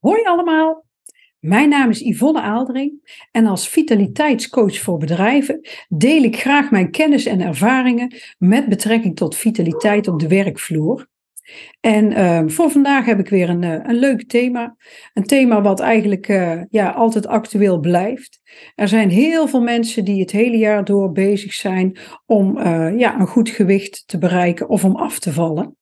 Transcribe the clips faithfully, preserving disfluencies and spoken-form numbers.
Hoi allemaal, mijn naam is Yvonne Aaldering en als vitaliteitscoach voor bedrijven deel ik graag mijn kennis en ervaringen met betrekking tot vitaliteit op de werkvloer. En uh, voor vandaag heb ik weer een, uh, een leuk thema. Een thema wat eigenlijk uh, ja, altijd actueel blijft. Er zijn heel veel mensen die het hele jaar door bezig zijn om uh, ja, een goed gewicht te bereiken of om af te vallen.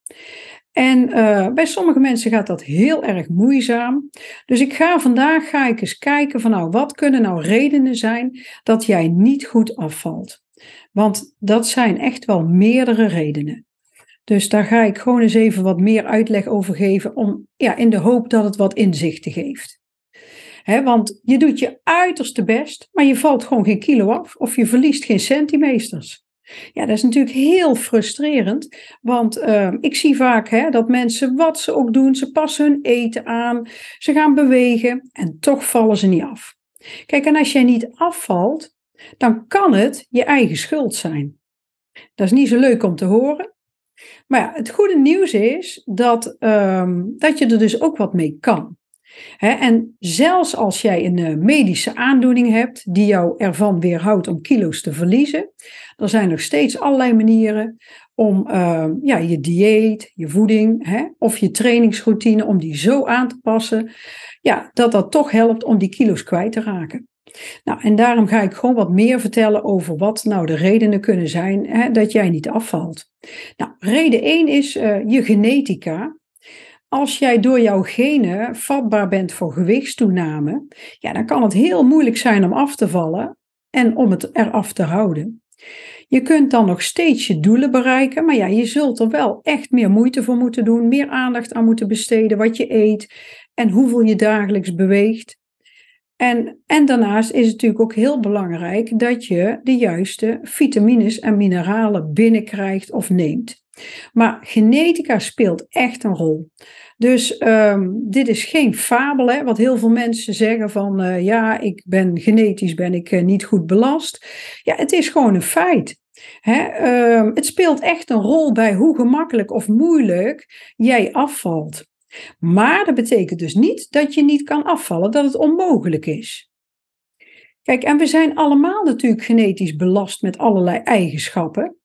En uh, bij sommige mensen gaat dat heel erg moeizaam. Dus ik ga vandaag ga ik eens kijken van nou, wat kunnen nou redenen zijn dat jij niet goed afvalt? Want dat zijn echt wel meerdere redenen. Dus daar ga ik gewoon eens even wat meer uitleg over geven, om, ja, in de hoop dat het wat inzichten geeft. He, want je doet je uiterste best, maar je valt gewoon geen kilo af of je verliest geen centimeters. Ja, dat is natuurlijk heel frustrerend, want uh, ik zie vaak hè, dat mensen wat ze ook doen, ze passen hun eten aan, ze gaan bewegen en toch vallen ze niet af. Kijk, en als jij niet afvalt, dan kan het je eigen schuld zijn. Dat is niet zo leuk om te horen. Maar ja, het goede nieuws is dat, um, dat je er dus ook wat mee kan. He, en zelfs als jij een uh, medische aandoening hebt die jou ervan weerhoudt om kilo's te verliezen, er zijn nog steeds allerlei manieren om uh, ja, je dieet, je voeding he, of je trainingsroutine, om die zo aan te passen, ja, dat dat toch helpt om die kilo's kwijt te raken. Nou, en daarom ga ik gewoon wat meer vertellen over wat nou de redenen kunnen zijn hè, dat jij niet afvalt. Nou, reden één is uh, je genetica. Als jij door jouw genen vatbaar bent voor gewichtstoename, ja, dan kan het heel moeilijk zijn om af te vallen en om het eraf te houden. Je kunt dan nog steeds je doelen bereiken, maar ja, je zult er wel echt meer moeite voor moeten doen, meer aandacht aan moeten besteden wat je eet en hoeveel je dagelijks beweegt. En, en daarnaast is het natuurlijk ook heel belangrijk dat je de juiste vitamines en mineralen binnenkrijgt of neemt. Maar genetica speelt echt een rol. Dus um, dit is geen fabel, hè, wat heel veel mensen zeggen van uh, ja, ik ben genetisch ben ik uh, niet goed belast. Ja, het is gewoon een feit. Hè? Um, het speelt echt een rol bij hoe gemakkelijk of moeilijk jij afvalt. Maar dat betekent dus niet dat je niet kan afvallen, dat het onmogelijk is. Kijk, en we zijn allemaal natuurlijk genetisch belast met allerlei eigenschappen.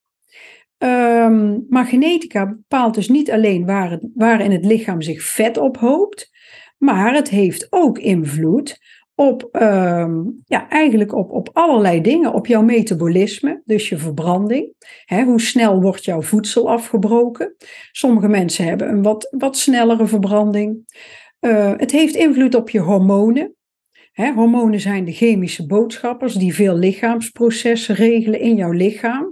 Um, maar genetica bepaalt dus niet alleen waar, het, waar in het lichaam zich vet ophoopt, maar het heeft ook invloed op, um, ja, eigenlijk op, op allerlei dingen, op jouw metabolisme, dus je verbranding. Hè, hoe snel wordt jouw voedsel afgebroken? Sommige mensen hebben een wat, wat snellere verbranding. Uh, het heeft invloed op je hormonen. Hè, hormonen zijn de chemische boodschappers die veel lichaamsprocessen regelen in jouw lichaam.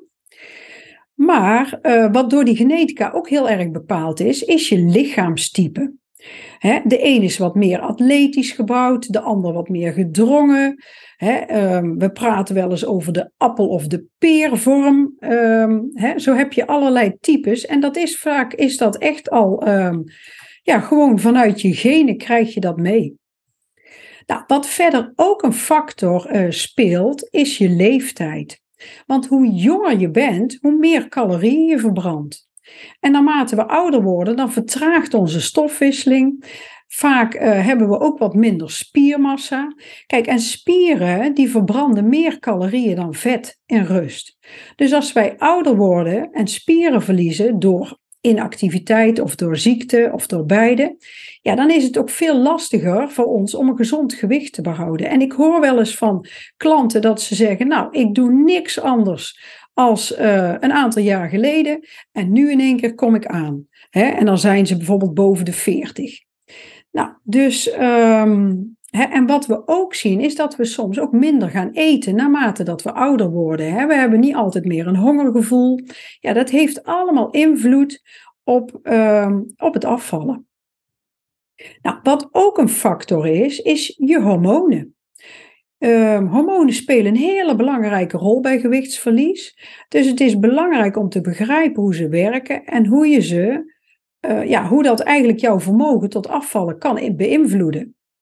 Maar uh, wat door die genetica ook heel erg bepaald is, is je lichaamstype. He, de een is wat meer atletisch gebouwd, de ander wat meer gedrongen. He, um, we praten wel eens over de appel- of de peervorm. Um, he, zo heb je allerlei types. En dat is vaak is dat echt al, um, ja, gewoon vanuit je genen krijg je dat mee. Nou, wat verder ook een factor uh, speelt, is je leeftijd. Want hoe jonger je bent, hoe meer calorieën je verbrandt. En naarmate we ouder worden, dan vertraagt onze stofwisseling. Vaak uh, hebben we ook wat minder spiermassa. Kijk, en spieren die verbranden meer calorieën dan vet in rust. Dus als wij ouder worden en spieren verliezen door inactiviteit of door ziekte of door beide, ja, dan is het ook veel lastiger voor ons om een gezond gewicht te behouden. En ik hoor wel eens van klanten dat ze zeggen, nou, ik doe niks anders als uh, een aantal jaar geleden en nu in één keer kom ik aan. Hè? En dan zijn ze bijvoorbeeld boven de veertig. Nou, dus, um, hè, en wat we ook zien is dat we soms ook minder gaan eten naarmate dat we ouder worden. Hè? We hebben niet altijd meer een hongergevoel. Ja, dat heeft allemaal invloed op, um, op het afvallen. Nou, wat ook een factor is, is je hormonen. Um, hormonen spelen een hele belangrijke rol bij gewichtsverlies. Dus het is belangrijk om te begrijpen hoe ze werken en hoe je ze, uh, ja, hoe dat eigenlijk jouw vermogen tot afvallen kan beïnvloeden.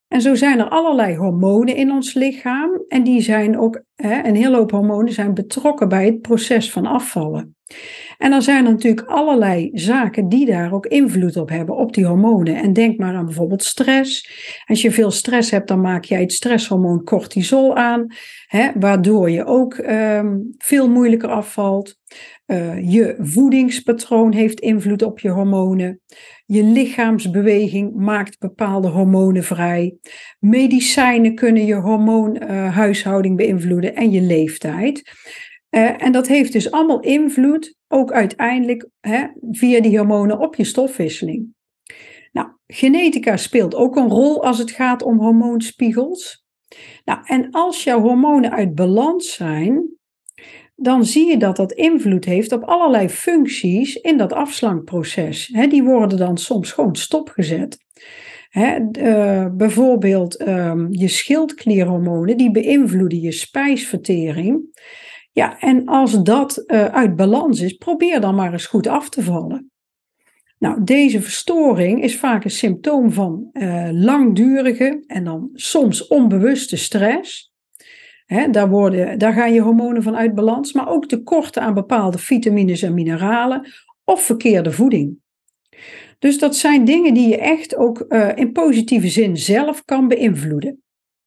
En zo zijn er allerlei hormonen in ons lichaam. En die zijn ook, hè, een hele hoop hormonen zijn betrokken bij het proces van afvallen. En dan zijn er natuurlijk allerlei zaken die daar ook invloed op hebben, op die hormonen. En denk maar aan bijvoorbeeld stress. Als je veel stress hebt, dan maak jij het stresshormoon cortisol aan, hè, waardoor je ook um, veel moeilijker afvalt. Uh, je voedingspatroon heeft invloed op je hormonen. Je lichaamsbeweging maakt bepaalde hormonen vrij. Medicijnen kunnen je hormoonhuishouding uh, beïnvloeden en je leeftijd. Uh, en dat heeft dus allemaal invloed, ook uiteindelijk hè, via die hormonen op je stofwisseling. Nou, genetica speelt ook een rol als het gaat om hormoonspiegels. Nou, en als jouw hormonen uit balans zijn, dan zie je dat dat invloed heeft op allerlei functies in dat afslankproces. He, die worden dan soms gewoon stopgezet. He, uh, bijvoorbeeld um, je schildklierhormonen, die beïnvloeden je spijsvertering. Ja, en als dat uh, uit balans is, probeer dan maar eens goed af te vallen. Nou, deze verstoring is vaak een symptoom van uh, langdurige en dan soms onbewuste stress. He, daar, worden, daar gaan je hormonen van uit balans, maar ook tekorten aan bepaalde vitamines en mineralen of verkeerde voeding. Dus dat zijn dingen die je echt ook uh, in positieve zin zelf kan beïnvloeden.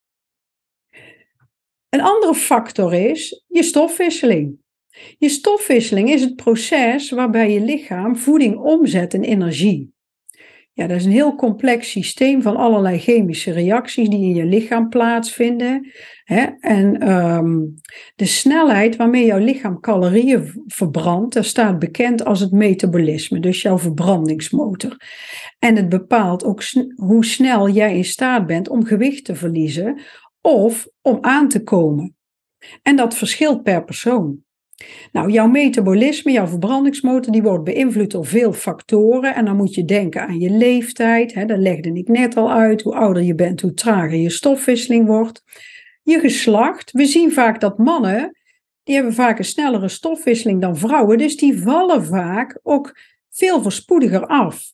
Een andere factor is je stofwisseling. Je stofwisseling is het proces waarbij je lichaam voeding omzet in energie. Ja, dat is een heel complex systeem van allerlei chemische reacties die in je lichaam plaatsvinden. Hè? En um, de snelheid waarmee jouw lichaam calorieën verbrandt, dat staat bekend als het metabolisme, dus jouw verbrandingsmotor. En het bepaalt ook sn- hoe snel jij in staat bent om gewicht te verliezen of om aan te komen. En dat verschilt per persoon. Nou, jouw metabolisme, jouw verbrandingsmotor, die wordt beïnvloed door veel factoren. En dan moet je denken aan je leeftijd. Hè, dat legde ik net al uit. Hoe ouder je bent, hoe trager je stofwisseling wordt. Je geslacht. We zien vaak dat mannen, die hebben vaak een snellere stofwisseling dan vrouwen. Dus die vallen vaak ook veel voorspoediger af.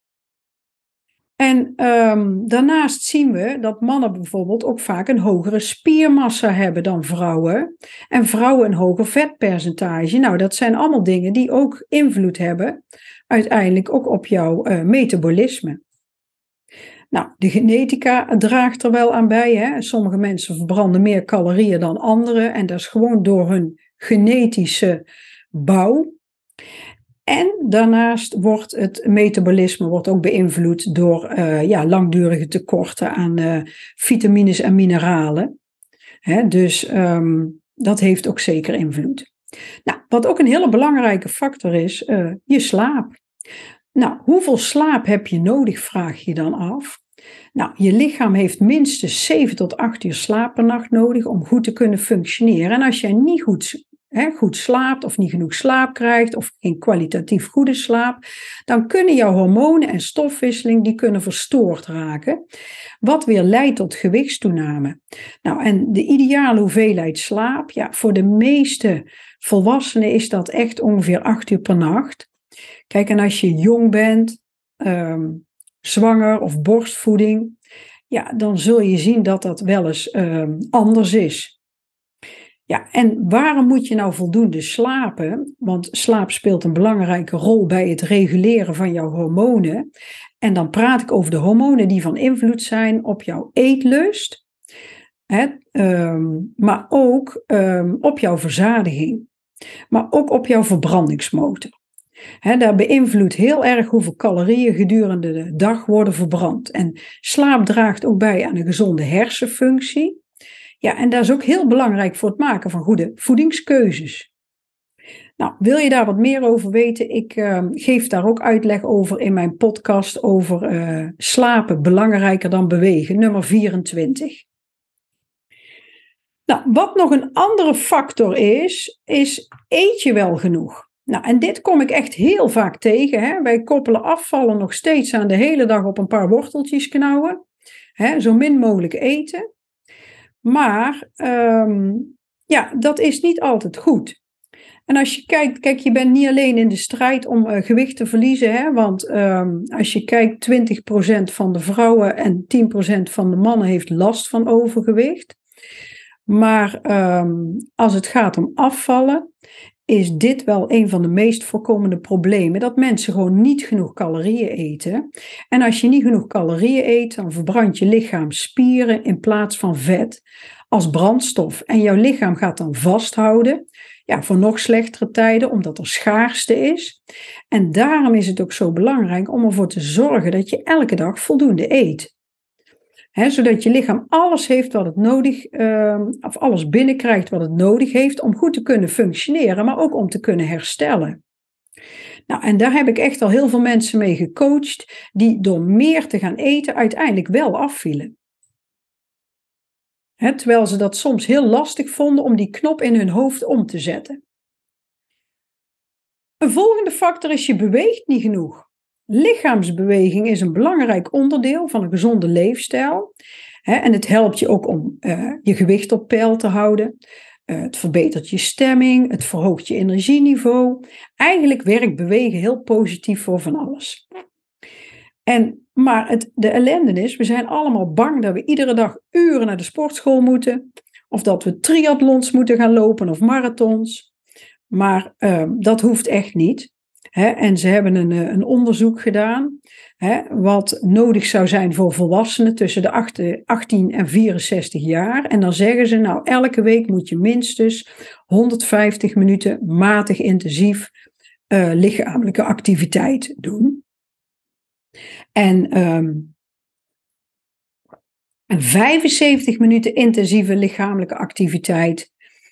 En um, daarnaast zien we dat mannen bijvoorbeeld ook vaak een hogere spiermassa hebben dan vrouwen. En vrouwen een hoger vetpercentage. Nou, dat zijn allemaal dingen die ook invloed hebben uiteindelijk ook op jouw uh, metabolisme. Nou, de genetica draagt er wel aan bij. Hè? Sommige mensen verbranden meer calorieën dan anderen. En dat is gewoon door hun genetische bouw. En daarnaast wordt het metabolisme wordt ook beïnvloed door uh, ja, langdurige tekorten aan uh, vitamines en mineralen. Hè, dus um, dat heeft ook zeker invloed. Nou, wat ook een hele belangrijke factor is, uh, je slaap. Nou, hoeveel slaap heb je nodig, vraag je dan af. Nou, je lichaam heeft minstens zeven tot acht uur slaap per nacht nodig om goed te kunnen functioneren. En als jij niet goed He, goed slaapt of niet genoeg slaap krijgt of geen kwalitatief goede slaap, dan kunnen jouw hormonen en stofwisseling die kunnen verstoord raken, wat weer leidt tot gewichtstoename. Nou, en de ideale hoeveelheid slaap, ja, voor de meeste volwassenen is dat echt ongeveer acht uur per nacht. Kijk, en als je jong bent, um, zwanger of borstvoeding, ja, dan zul je zien dat dat wel eens um, anders is. Ja, en waarom moet je nou voldoende slapen? Want slaap speelt een belangrijke rol bij het reguleren van jouw hormonen. En dan praat ik over de hormonen die van invloed zijn op jouw eetlust, hè, um, maar ook um, op jouw verzadiging, maar ook op jouw verbrandingsmotor. He, daar beïnvloedt heel erg hoeveel calorieën gedurende de dag worden verbrand. En slaap draagt ook bij aan een gezonde hersenfunctie. Ja, en dat is ook heel belangrijk voor het maken van goede voedingskeuzes. Nou, wil je daar wat meer over weten? Ik uh, geef daar ook uitleg over in mijn podcast over uh, slapen belangrijker dan bewegen, nummer vierentwintig. Nou, wat nog een andere factor is, is eet je wel genoeg? Nou, en dit kom ik echt heel vaak tegen. Hè? Wij koppelen afvallen nog steeds aan de hele dag op een paar worteltjes knauwen. Hè? Zo min mogelijk eten. Maar um, ja, dat is niet altijd goed. En als je kijkt, kijk, je bent niet alleen in de strijd om uh, gewicht te verliezen, hè, want um, als je kijkt, twintig procent van de vrouwen en tien procent van de mannen heeft last van overgewicht. Maar um, als het gaat om afvallen, is dit wel een van de meest voorkomende problemen. Dat mensen gewoon niet genoeg calorieën eten. En als je niet genoeg calorieën eet, dan verbrandt je lichaam spieren in plaats van vet als brandstof. En jouw lichaam gaat dan vasthouden, ja, voor nog slechtere tijden, omdat er schaarste is. En daarom is het ook zo belangrijk om ervoor te zorgen dat je elke dag voldoende eet. He, zodat je lichaam alles heeft wat het nodig, uh, of alles binnenkrijgt wat het nodig heeft om goed te kunnen functioneren, maar ook om te kunnen herstellen. Nou, en daar heb ik echt al heel veel mensen mee gecoacht, die door meer te gaan eten uiteindelijk wel afvielen. He, terwijl ze dat soms heel lastig vonden om die knop in hun hoofd om te zetten. Een volgende factor is je beweegt niet genoeg. Lichaamsbeweging is een belangrijk onderdeel van een gezonde leefstijl. Hè, en het helpt je ook om uh, je gewicht op peil te houden. Uh, het verbetert je stemming, het verhoogt je energieniveau. Eigenlijk werkt bewegen heel positief voor van alles. En, maar het, de ellende is, we zijn allemaal bang dat we iedere dag uren naar de sportschool moeten. Of dat we triathlons moeten gaan lopen of marathons. Maar uh, dat hoeft echt niet. He, en ze hebben een, een onderzoek gedaan, he, wat nodig zou zijn voor volwassenen tussen de achttien en vierenzestig jaar. En dan zeggen ze, nou, elke week moet je minstens honderdvijftig minuten matig intensief uh, lichamelijke activiteit doen. En, um, en vijfenzeventig minuten intensieve lichamelijke activiteit.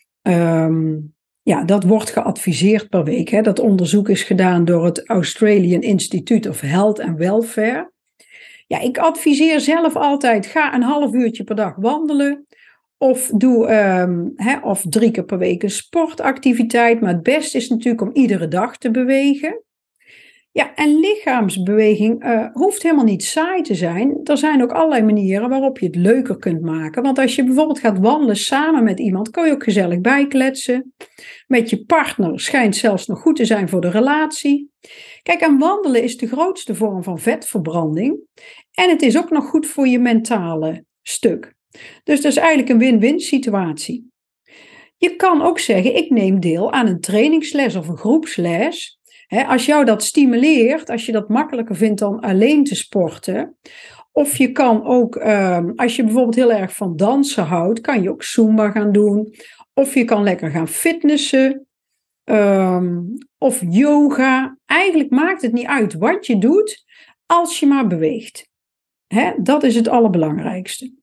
Um, Ja, dat wordt geadviseerd per week. Hè. Dat onderzoek is gedaan door het Australian Institute of Health and Welfare. Ja, ik adviseer zelf altijd, ga een half uurtje per dag wandelen. Of doe um, hè, of drie keer per week een sportactiviteit. Maar het beste is natuurlijk om iedere dag te bewegen. Ja, en lichaamsbeweging uh, hoeft helemaal niet saai te zijn. Er zijn ook allerlei manieren waarop je het leuker kunt maken. Want als je bijvoorbeeld gaat wandelen samen met iemand, kan je ook gezellig bijkletsen. Met je partner schijnt zelfs nog goed te zijn voor de relatie. Kijk, en wandelen is de grootste vorm van vetverbranding. En het is ook nog goed voor je mentale stuk. Dus dat is eigenlijk een win-win situatie. Je kan ook zeggen, ik neem deel aan een trainingsles of een groepsles. He, als jou dat stimuleert, als je dat makkelijker vindt dan alleen te sporten. Of je kan ook, um, als je bijvoorbeeld heel erg van dansen houdt, kan je ook Zumba gaan doen. Of je kan lekker gaan fitnessen. Um, of yoga. Eigenlijk maakt het niet uit wat je doet, als je maar beweegt. He, dat is het allerbelangrijkste.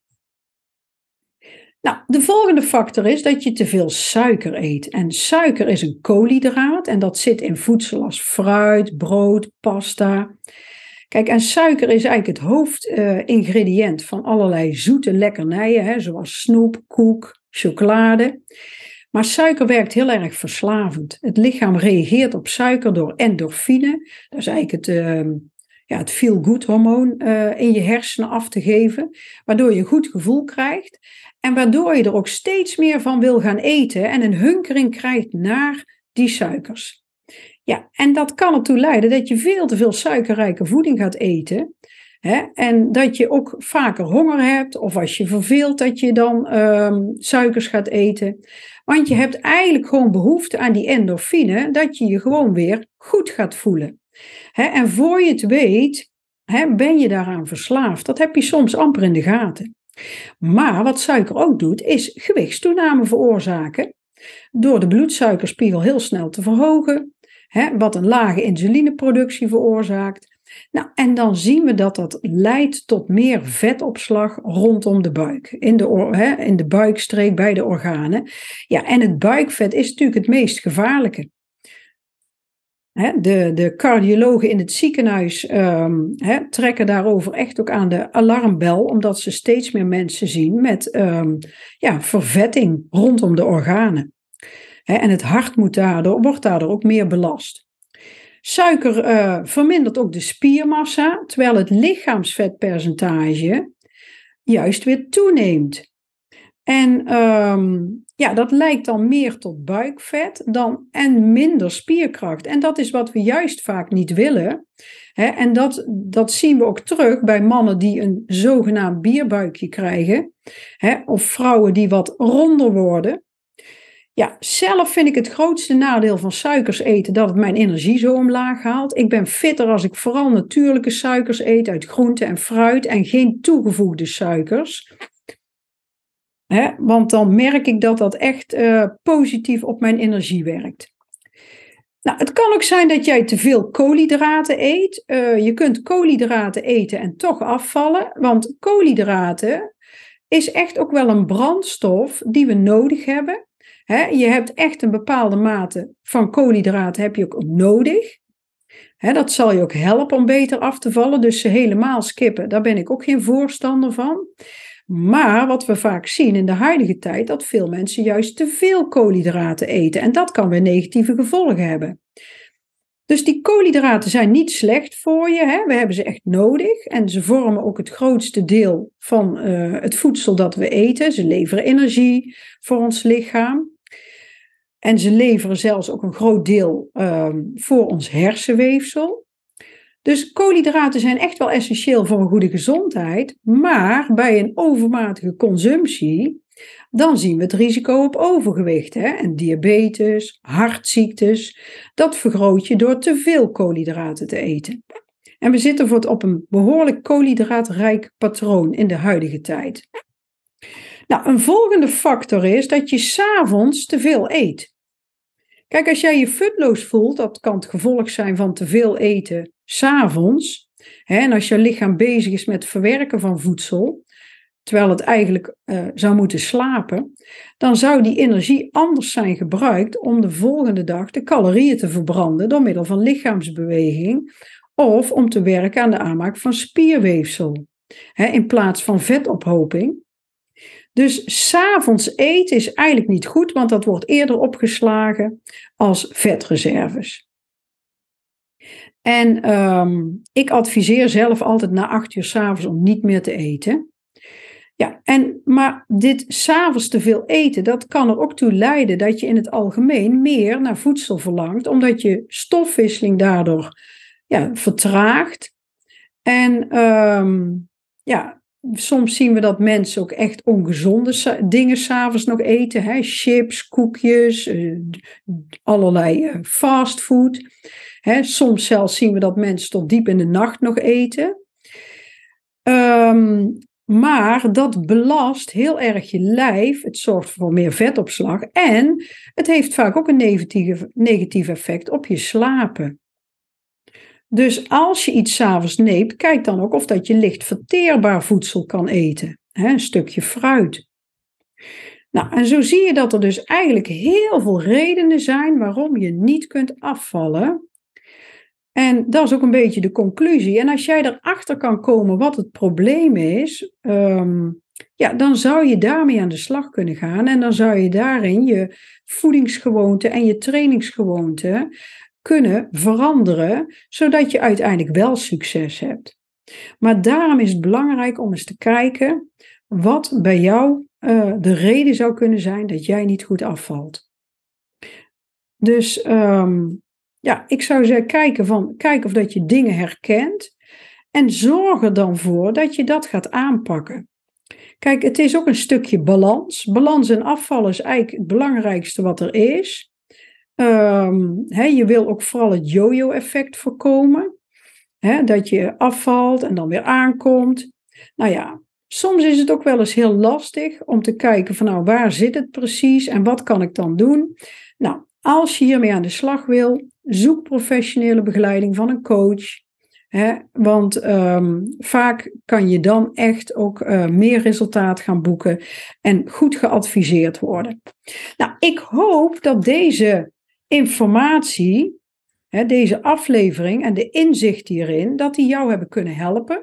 Nou, de volgende factor is dat je te veel suiker eet. En suiker is een koolhydraat en dat zit in voedsel als fruit, brood, pasta. Kijk, en suiker is eigenlijk het hoofdingrediënt uh, van allerlei zoete lekkernijen, hè, zoals snoep, koek, chocolade. Maar suiker werkt heel erg verslavend. Het lichaam reageert op suiker door endorfine. Dat is eigenlijk het, uh, ja, het feel-good hormoon uh, in je hersenen af te geven, waardoor je een goed gevoel krijgt. En waardoor je er ook steeds meer van wil gaan eten en een hunkering krijgt naar die suikers. Ja, en dat kan ertoe leiden dat je veel te veel suikerrijke voeding gaat eten. Hè, en dat je ook vaker honger hebt of als je verveelt dat je dan um, suikers gaat eten. Want je hebt eigenlijk gewoon behoefte aan die endorfine, dat je je gewoon weer goed gaat voelen. Hè, en voor je het weet, hè, ben je daaraan verslaafd. Dat heb je soms amper in de gaten. Maar wat suiker ook doet, is gewichtstoename veroorzaken. Door de bloedsuikerspiegel heel snel te verhogen. Hè, wat een lage insulineproductie veroorzaakt. Nou, en dan zien we dat dat leidt tot meer vetopslag rondom de buik. In de, hè, in de buikstreek bij de organen. Ja, en het buikvet is natuurlijk het meest gevaarlijke. De, de cardiologen in het ziekenhuis um, he, trekken daarover echt ook aan de alarmbel, omdat ze steeds meer mensen zien met um, ja, vervetting rondom de organen. He, en het hart moet daardoor, wordt daardoor ook meer belast. Suiker uh, vermindert ook de spiermassa, terwijl het lichaamsvetpercentage juist weer toeneemt. En um, ja, dat lijkt dan meer tot buikvet dan, en minder spierkracht. En dat is wat we juist vaak niet willen. Hè? En dat, dat zien we ook terug bij mannen die een zogenaamd bierbuikje krijgen. Hè? Of vrouwen die wat ronder worden. Ja, zelf vind ik het grootste nadeel van suikers eten dat het mijn energie zo omlaag haalt. Ik ben fitter als ik vooral natuurlijke suikers eet uit groente en fruit en geen toegevoegde suikers. He, want dan merk ik dat dat echt uh, positief op mijn energie werkt. Nou, het kan ook zijn dat jij te veel koolhydraten eet. Uh, je kunt koolhydraten eten en toch afvallen. Want koolhydraten is echt ook wel een brandstof die we nodig hebben. He, je hebt echt een bepaalde mate van koolhydraten heb je ook nodig. He, dat zal je ook helpen om beter af te vallen. Dus ze helemaal skippen, daar ben ik ook geen voorstander van. Maar wat we vaak zien in de huidige tijd, dat veel mensen juist te veel koolhydraten eten. En dat kan weer negatieve gevolgen hebben. Dus die koolhydraten zijn niet slecht voor je. Hè? We hebben ze echt nodig. En ze vormen ook het grootste deel van uh, het voedsel dat we eten. Ze leveren energie voor ons lichaam. En ze leveren zelfs ook een groot deel uh, voor ons hersenweefsel. Dus koolhydraten zijn echt wel essentieel voor een goede gezondheid, maar bij een overmatige consumptie, dan zien we het risico op overgewicht, hè? En diabetes, hartziektes, dat vergroot je door te veel koolhydraten te eten. En we zitten voor het op een behoorlijk koolhydraatrijk patroon in de huidige tijd. Nou, een volgende factor is dat je 's avonds te veel eet. Kijk, als jij je futloos voelt, dat kan het gevolg zijn van te veel eten 's avonds. En als je lichaam bezig is met het verwerken van voedsel, terwijl het eigenlijk uh, zou moeten slapen, dan zou die energie anders zijn gebruikt om de volgende dag de calorieën te verbranden door middel van lichaamsbeweging of om te werken aan de aanmaak van spierweefsel, hè, in plaats van vetophoping. Dus 's avonds eten is eigenlijk niet goed, want dat wordt eerder opgeslagen als vetreserves. En um, ik adviseer zelf altijd na acht uur 's avonds om niet meer te eten. Ja, en, maar dit 's avonds te veel eten, dat kan er ook toe leiden dat je in het algemeen meer naar voedsel verlangt, omdat je stofwisseling daardoor ja, vertraagt. En um, ja... Soms zien we dat mensen ook echt ongezonde dingen 's avonds nog eten. Hè? Chips, koekjes, uh, allerlei uh, fastfood. Hè? Soms zelfs zien we dat mensen tot diep in de nacht nog eten. Um, maar dat belast heel erg je lijf. Het zorgt voor meer vetopslag. En het heeft vaak ook een negatief, negatief effect op je slapen. Dus als je iets 's avonds neemt, kijk dan ook of dat je licht verteerbaar voedsel kan eten. Hè, een stukje fruit. Nou, en zo zie je dat er dus eigenlijk heel veel redenen zijn waarom je niet kunt afvallen. En dat is ook een beetje de conclusie. En als jij erachter kan komen wat het probleem is, um, ja, dan zou je daarmee aan de slag kunnen gaan. En dan zou je daarin je voedingsgewoonten en je trainingsgewoonten kunnen veranderen, zodat je uiteindelijk wel succes hebt. Maar daarom is het belangrijk om eens te kijken wat bij jou uh, de reden zou kunnen zijn dat jij niet goed afvalt. Dus um, ja, ik zou zeggen, kijken, van, kijken of dat je dingen herkent en zorg er dan voor dat je dat gaat aanpakken. Kijk, het is ook een stukje balans. Balans en afvallen is eigenlijk het belangrijkste wat er is. Um, he, je wil ook vooral het yo-yo-effect voorkomen. He, dat je afvalt en dan weer aankomt. Nou ja, soms is het ook wel eens heel lastig om te kijken van nou, waar zit het precies en wat kan ik dan doen? Nou, als je hiermee aan de slag wil, zoek professionele begeleiding van een coach. He, want um, vaak kan je dan echt ook uh, meer resultaat gaan boeken en goed geadviseerd worden. Nou, ik hoop dat deze informatie, hè, deze aflevering en de inzichten hierin, dat die jou hebben kunnen helpen.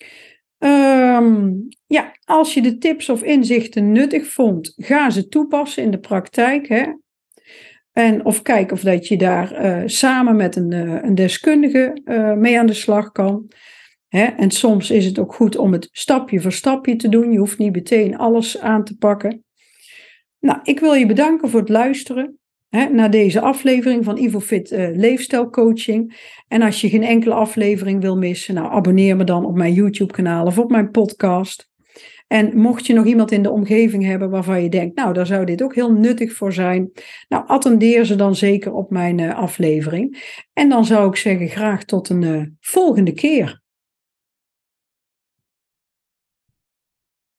Um, ja, als je de tips of inzichten nuttig vond, ga ze toepassen in de praktijk. Hè? En of kijk of dat je daar uh, samen met een, uh, een deskundige uh, mee aan de slag kan. Hè? En soms is het ook goed om het stapje voor stapje te doen. Je hoeft niet meteen alles aan te pakken. Nou, ik wil je bedanken voor het luisteren hè, naar deze aflevering van IvoFit uh, Leefstijlcoaching. En als je geen enkele aflevering wil missen, nou, abonneer me dan op mijn YouTube-kanaal of op mijn podcast. En mocht je nog iemand in de omgeving hebben waarvan je denkt, nou, daar zou dit ook heel nuttig voor zijn. Nou, attendeer ze dan zeker op mijn uh, aflevering. En dan zou ik zeggen, graag tot een uh, volgende keer.